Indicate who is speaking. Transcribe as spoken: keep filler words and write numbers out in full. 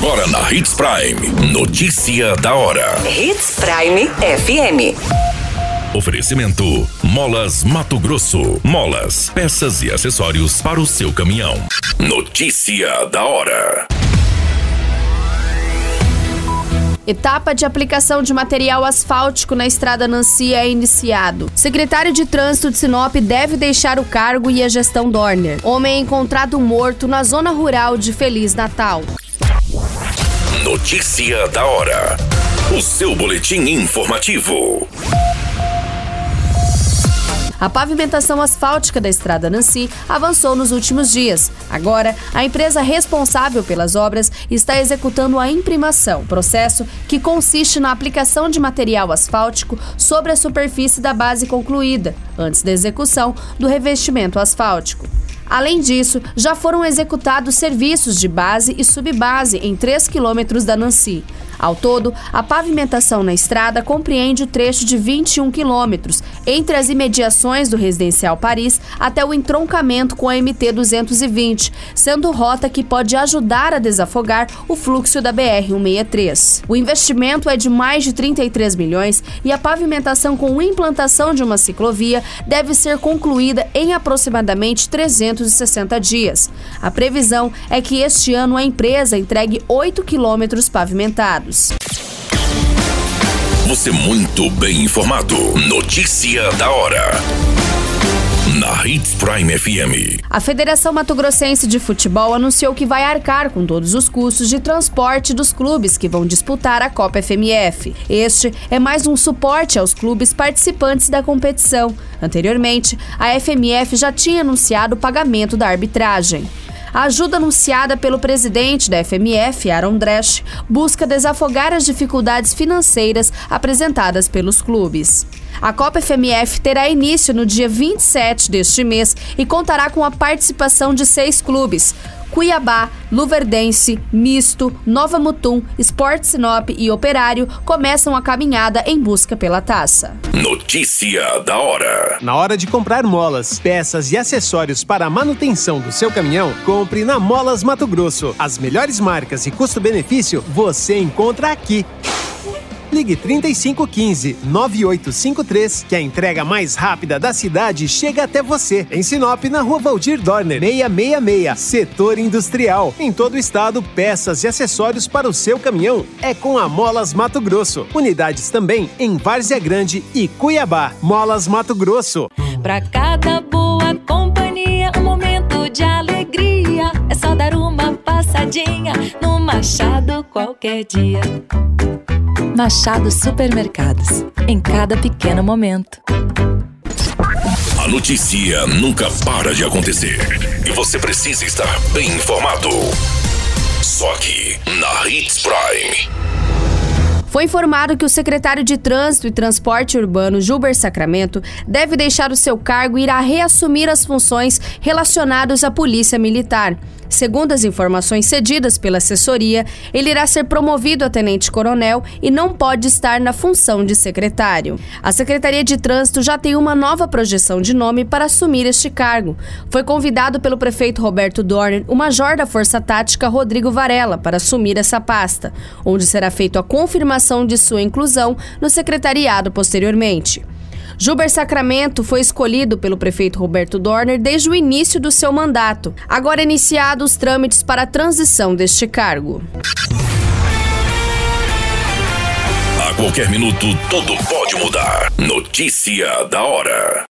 Speaker 1: Agora na Hits Prime. Notícia da hora.
Speaker 2: Hits Prime F M.
Speaker 1: Oferecimento: Molas Mato Grosso. Molas, peças e acessórios para o seu caminhão. Notícia da hora.
Speaker 3: Etapa de aplicação de material asfáltico na estrada Nancy é iniciado. Secretário de Trânsito de Sinop deve deixar o cargo e a gestão Dorner. Homem é encontrado morto na zona rural de Feliz Natal.
Speaker 1: Notícia da hora. O seu boletim informativo.
Speaker 3: A pavimentação asfáltica da estrada Nancy avançou nos últimos dias. Agora, a empresa responsável pelas obras está executando a imprimação, processo que consiste na aplicação de material asfáltico sobre a superfície da base concluída, antes da execução do revestimento asfáltico. Além disso, já foram executados serviços de base e subbase em três quilômetros da Nancy. Ao todo, a pavimentação na estrada compreende o trecho de vinte e um quilômetros, entre as imediações do Residencial Paris até o entroncamento com a M T duzentos e vinte, sendo rota que pode ajudar a desafogar o fluxo da B R cento e sessenta e três. O investimento é de mais de trinta e três milhões e a pavimentação com implantação de uma ciclovia deve ser concluída em aproximadamente trezentos e sessenta dias. A previsão é que este ano a empresa entregue oito quilômetros pavimentados.
Speaker 1: Você muito bem informado. Notícia da hora. Na Hits Prime F M.
Speaker 3: A Federação Mato Grossense de Futebol anunciou que vai arcar com todos os custos de transporte dos clubes que vão disputar a Copa F M F. Este é mais um suporte aos clubes participantes da competição. Anteriormente, a F M F já tinha anunciado o pagamento da arbitragem. A ajuda anunciada pelo presidente da F M F, Aaron Dresch, busca desafogar as dificuldades financeiras apresentadas pelos clubes. A Copa F M F terá início no dia vinte e sete deste mês e contará com a participação de seis clubes: Cuiabá, Luverdense, Misto, Nova Mutum, Sport Sinop e Operário começam a caminhada em busca pela taça.
Speaker 1: Notícia da hora.
Speaker 4: Na hora de comprar molas, peças e acessórios para a manutenção do seu caminhão, compre na Molas Mato Grosso. As melhores marcas e custo-benefício você encontra aqui. Ligue trinta e cinco quinze, nove oito cinco três, que a entrega mais rápida da cidade chega até você. Em Sinop, na Rua Valdir Dorner, seiscentos e sessenta e seis, Setor Industrial. Em todo o estado, peças e acessórios para o seu caminhão é com a Molas Mato Grosso. Unidades também em Várzea Grande e Cuiabá. Molas Mato Grosso.
Speaker 5: Pra cada boa companhia, um momento de alegria. É só dar uma passadinha no Machado qualquer dia. Machado Supermercados, em cada pequeno momento.
Speaker 1: A notícia nunca para de acontecer e você precisa estar bem informado. Só aqui na Hits Prime.
Speaker 3: Foi informado que o secretário de Trânsito e Transporte Urbano, Gilber Sacramento, deve deixar o seu cargo e irá reassumir as funções relacionadas à Polícia Militar. Segundo as informações cedidas pela assessoria, ele irá ser promovido a tenente-coronel e não pode estar na função de secretário. A Secretaria de Trânsito já tem uma nova projeção de nome para assumir este cargo. Foi convidado pelo prefeito Roberto Dorner o major da Força Tática Rodrigo Varela para assumir essa pasta, onde será feita a confirmação de sua inclusão no secretariado posteriormente. Gilber Sacramento foi escolhido pelo prefeito Roberto Dorner desde o início do seu mandato. Agora iniciados os trâmites para a transição deste cargo.
Speaker 1: A qualquer minuto, tudo pode mudar. Notícia da hora.